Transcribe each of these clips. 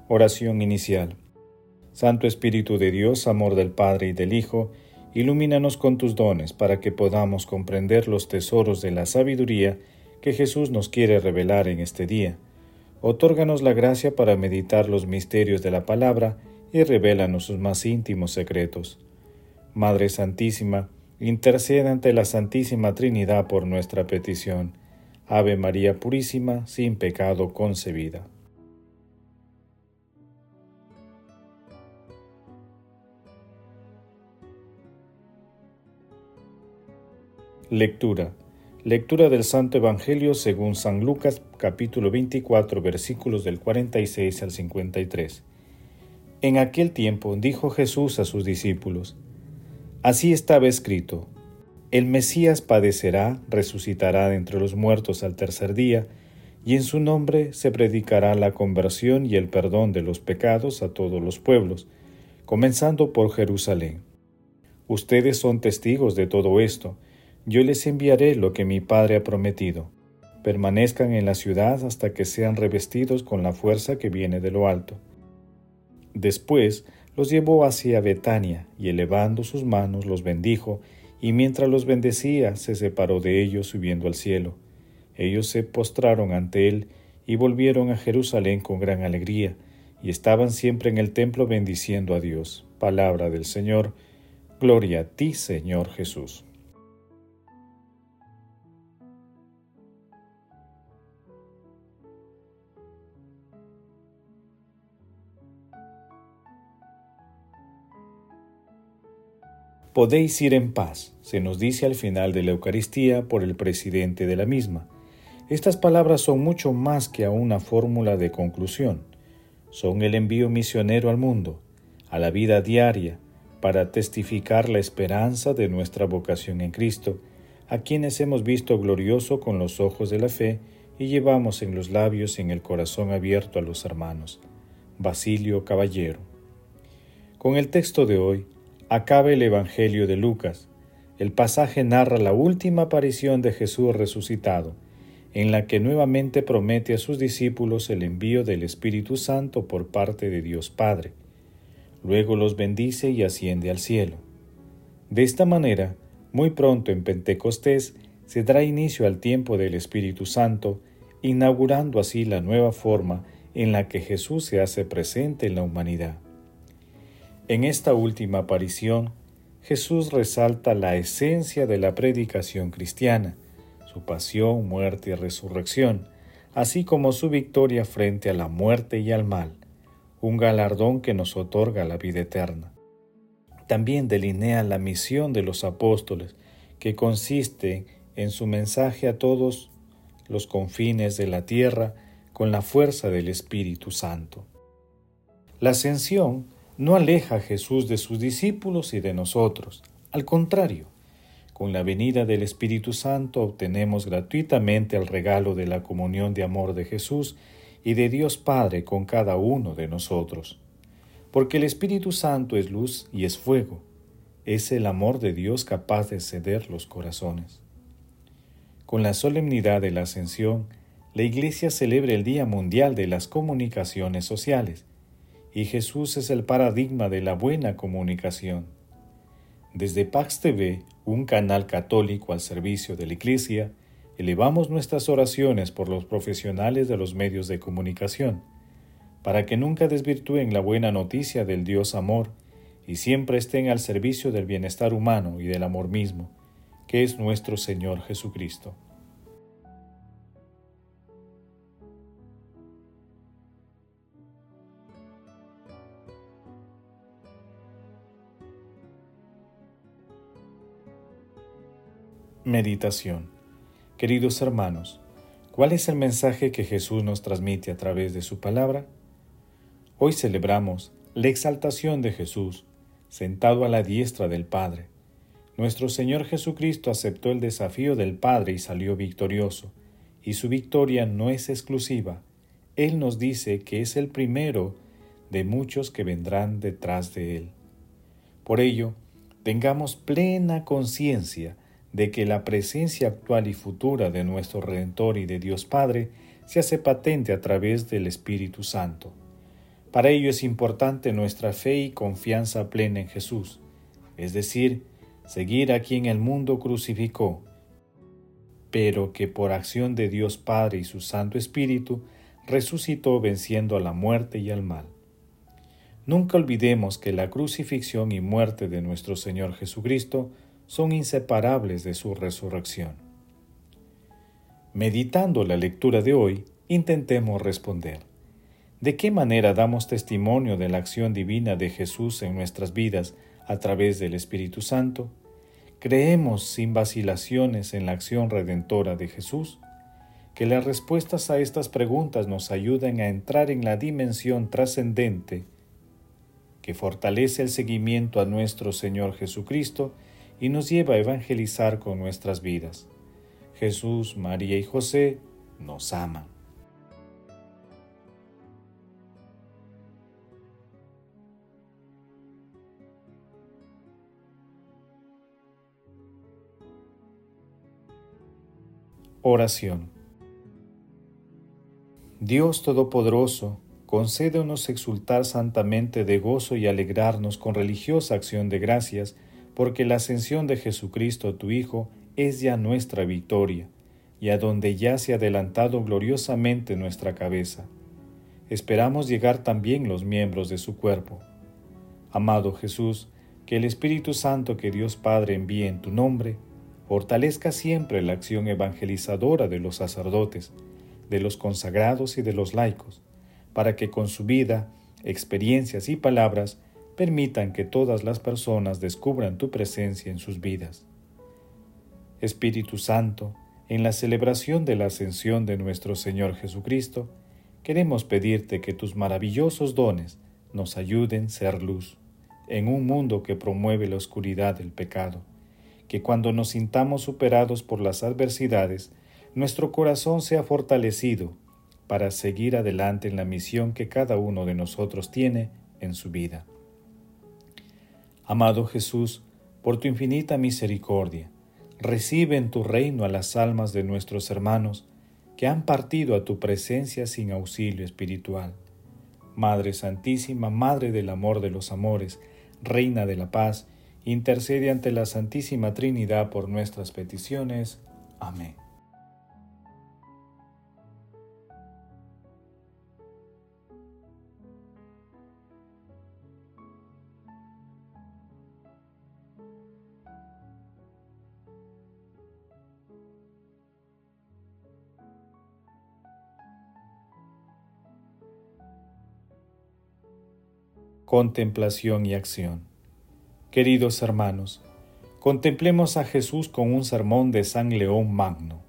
Oración inicial. Santo Espíritu de Dios, amor del Padre y del Hijo, ilumínanos con tus dones para que podamos comprender los tesoros de la sabiduría que Jesús nos quiere revelar en este día. Otórganos la gracia para meditar los misterios de la palabra y revélanos sus más íntimos secretos. Madre Santísima, intercede ante la Santísima Trinidad por nuestra petición. Ave María Purísima, sin pecado concebida. Lectura. Lectura del Santo Evangelio según San Lucas, capítulo 24, versículos del 46 al 53. En aquel tiempo dijo Jesús a sus discípulos: Así estaba escrito: El Mesías padecerá, resucitará de entre los muertos al tercer día, y en su nombre se predicará la conversión y el perdón de los pecados a todos los pueblos, comenzando por Jerusalén. Ustedes son testigos de todo esto. Yo les enviaré lo que mi Padre ha prometido. Permanezcan en la ciudad hasta que sean revestidos con la fuerza que viene de lo alto. Después los llevó hacia Betania, y elevando sus manos los bendijo, y mientras los bendecía se separó de ellos subiendo al cielo. Ellos se postraron ante él y volvieron a Jerusalén con gran alegría, y estaban siempre en el templo bendiciendo a Dios. Palabra del Señor. Gloria a ti, Señor Jesús. Podéis ir en paz, se nos dice al final de la Eucaristía por el presidente de la misma. Estas palabras son mucho más que una fórmula de conclusión. Son el envío misionero al mundo, a la vida diaria, para testificar la esperanza de nuestra vocación en Cristo, a quienes hemos visto glorioso con los ojos de la fe y llevamos en los labios y en el corazón abierto a los hermanos. Basilio Caballero. Con el texto de hoy, acaba el Evangelio de Lucas. El pasaje narra la última aparición de Jesús resucitado, en la que nuevamente promete a sus discípulos el envío del Espíritu Santo por parte de Dios Padre. Luego los bendice y asciende al cielo. De esta manera, muy pronto en Pentecostés se dará inicio al tiempo del Espíritu Santo, inaugurando así la nueva forma en la que Jesús se hace presente en la humanidad. En esta última aparición, Jesús resalta la esencia de la predicación cristiana, su pasión, muerte y resurrección, así como su victoria frente a la muerte y al mal, un galardón que nos otorga la vida eterna. También delinea la misión de los apóstoles, que consiste en su mensaje a todos los confines de la tierra con la fuerza del Espíritu Santo. La ascensión no aleja a Jesús de sus discípulos y de nosotros. Al contrario, con la venida del Espíritu Santo obtenemos gratuitamente el regalo de la comunión de amor de Jesús y de Dios Padre con cada uno de nosotros. Porque el Espíritu Santo es luz y es fuego. Es el amor de Dios capaz de ceder los corazones. Con la solemnidad de la Ascensión, la Iglesia celebra el Día Mundial de las Comunicaciones Sociales, y Jesús es el paradigma de la buena comunicación. Desde Pax TV, un canal católico al servicio de la Iglesia, elevamos nuestras oraciones por los profesionales de los medios de comunicación, para que nunca desvirtúen la buena noticia del Dios Amor y siempre estén al servicio del bienestar humano y del amor mismo, que es nuestro Señor Jesucristo. Meditación. Queridos hermanos, ¿cuál es el mensaje que Jesús nos transmite a través de su palabra? Hoy celebramos la exaltación de Jesús, sentado a la diestra del Padre. Nuestro Señor Jesucristo aceptó el desafío del Padre y salió victorioso, y su victoria no es exclusiva. Él nos dice que es el primero de muchos que vendrán detrás de Él. Por ello, tengamos plena conciencia de que la presencia actual y futura de nuestro Redentor y de Dios Padre se hace patente a través del Espíritu Santo. Para ello es importante nuestra fe y confianza plena en Jesús, es decir, seguir a quien el mundo crucificó, pero que por acción de Dios Padre y su Santo Espíritu resucitó venciendo a la muerte y al mal. Nunca olvidemos que la crucifixión y muerte de nuestro Señor Jesucristo son inseparables de su resurrección. Meditando la lectura de hoy, intentemos responder: ¿de qué manera damos testimonio de la acción divina de Jesús en nuestras vidas a través del Espíritu Santo? ¿Creemos sin vacilaciones en la acción redentora de Jesús? Que las respuestas a estas preguntas nos ayuden a entrar en la dimensión trascendente que fortalece el seguimiento a nuestro Señor Jesucristo y nos lleva a evangelizar con nuestras vidas. Jesús, María y José nos aman. Oración. Dios Todopoderoso, concédenos exultar santamente de gozo y alegrarnos con religiosa acción de gracias, porque la ascensión de Jesucristo, tu Hijo, es ya nuestra victoria, y a donde ya se ha adelantado gloriosamente nuestra cabeza. Esperamos llegar también los miembros de su cuerpo. Amado Jesús, que el Espíritu Santo que Dios Padre envíe en tu nombre, fortalezca siempre la acción evangelizadora de los sacerdotes, de los consagrados y de los laicos, para que con su vida, experiencias y palabras permitan que todas las personas descubran tu presencia en sus vidas. Espíritu Santo, en la celebración de la ascensión de nuestro Señor Jesucristo, queremos pedirte que tus maravillosos dones nos ayuden a ser luz en un mundo que promueve la oscuridad del pecado, que cuando nos sintamos superados por las adversidades, nuestro corazón sea fortalecido para seguir adelante en la misión que cada uno de nosotros tiene en su vida. Amado Jesús, por tu infinita misericordia, recibe en tu reino a las almas de nuestros hermanos que han partido a tu presencia sin auxilio espiritual. Madre Santísima, Madre del amor de los amores, Reina de la paz, intercede ante la Santísima Trinidad por nuestras peticiones. Amén. Contemplación y acción. Queridos hermanos, contemplemos a Jesús con un sermón de San León Magno.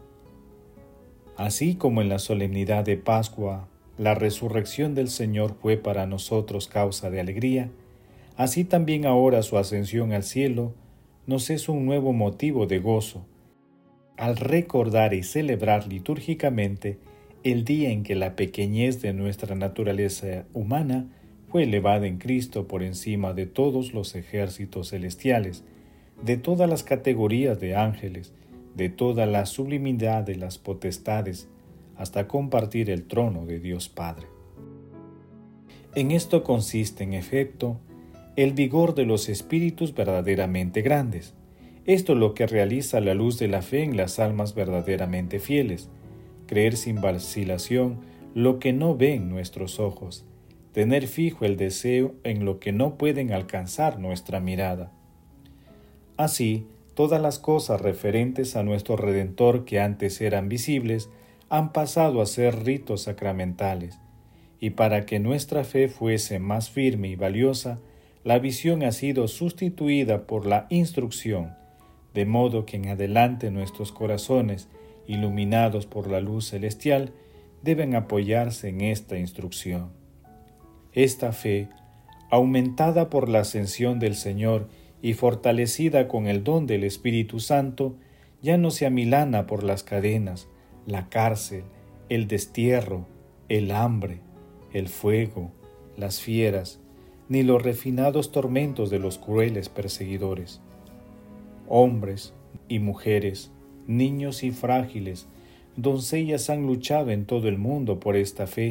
Así como en la solemnidad de Pascua, la resurrección del Señor fue para nosotros causa de alegría, así también ahora su ascensión al cielo nos es un nuevo motivo de gozo, al recordar y celebrar litúrgicamente el día en que la pequeñez de nuestra naturaleza humana fue elevada en Cristo por encima de todos los ejércitos celestiales, de todas las categorías de ángeles, de toda la sublimidad de las potestades, hasta compartir el trono de Dios Padre. En esto consiste, en efecto, el vigor de los espíritus verdaderamente grandes. Esto es lo que realiza la luz de la fe en las almas verdaderamente fieles, creer sin vacilación lo que no ven nuestros ojos, tener fijo el deseo en lo que no pueden alcanzar nuestra mirada. Así, todas las cosas referentes a nuestro Redentor que antes eran visibles han pasado a ser ritos sacramentales, y para que nuestra fe fuese más firme y valiosa, la visión ha sido sustituida por la instrucción, de modo que en adelante nuestros corazones, iluminados por la luz celestial, deben apoyarse en esta instrucción. Esta fe, aumentada por la ascensión del Señor y fortalecida con el don del Espíritu Santo, ya no se amilana por las cadenas, la cárcel, el destierro, el hambre, el fuego, las fieras, ni los refinados tormentos de los crueles perseguidores. Hombres y mujeres, niños y frágiles, doncellas han luchado en todo el mundo por esta fe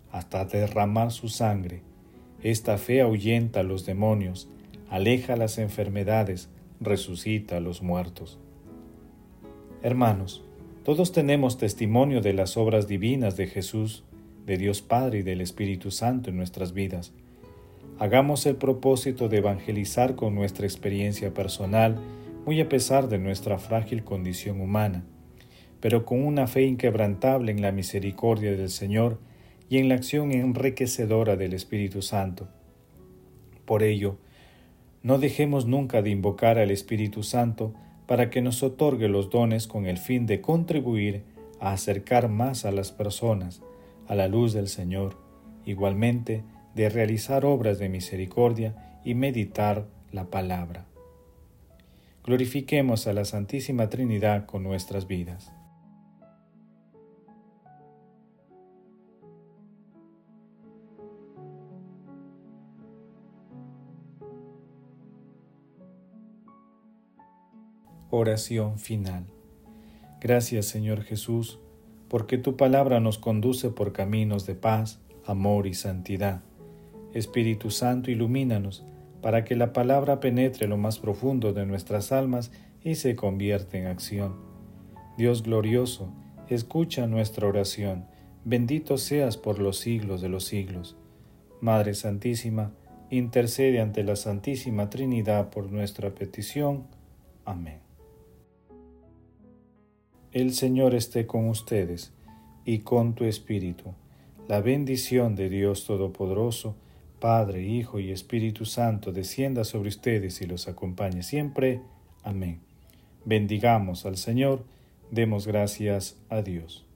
hasta derramar su sangre. Esta fe ahuyenta a los demonios, aleja las enfermedades, resucita a los muertos. Hermanos, todos tenemos testimonio de las obras divinas de Jesús, de Dios Padre y del Espíritu Santo en nuestras vidas. Hagamos el propósito de evangelizar con nuestra experiencia personal, muy a pesar de nuestra frágil condición humana, pero con una fe inquebrantable en la misericordia del Señor y en la acción enriquecedora del Espíritu Santo. Por ello, no dejemos nunca de invocar al Espíritu Santo para que nos otorgue los dones con el fin de contribuir a acercar más a las personas a la luz del Señor, igualmente de realizar obras de misericordia y meditar la palabra. Glorifiquemos a la Santísima Trinidad con nuestras vidas. Oración final. Gracias, Señor Jesús, porque tu palabra nos conduce por caminos de paz, amor y santidad. Espíritu Santo, ilumínanos para que la palabra penetre lo más profundo de nuestras almas y se convierta en acción. Dios glorioso, escucha nuestra oración. Bendito seas por los siglos de los siglos. Madre Santísima, intercede ante la Santísima Trinidad por nuestra petición. Amén. El Señor esté con ustedes y con tu espíritu. La bendición de Dios Todopoderoso, Padre, Hijo y Espíritu Santo, descienda sobre ustedes y los acompañe siempre. Amén. Bendigamos al Señor, demos gracias a Dios.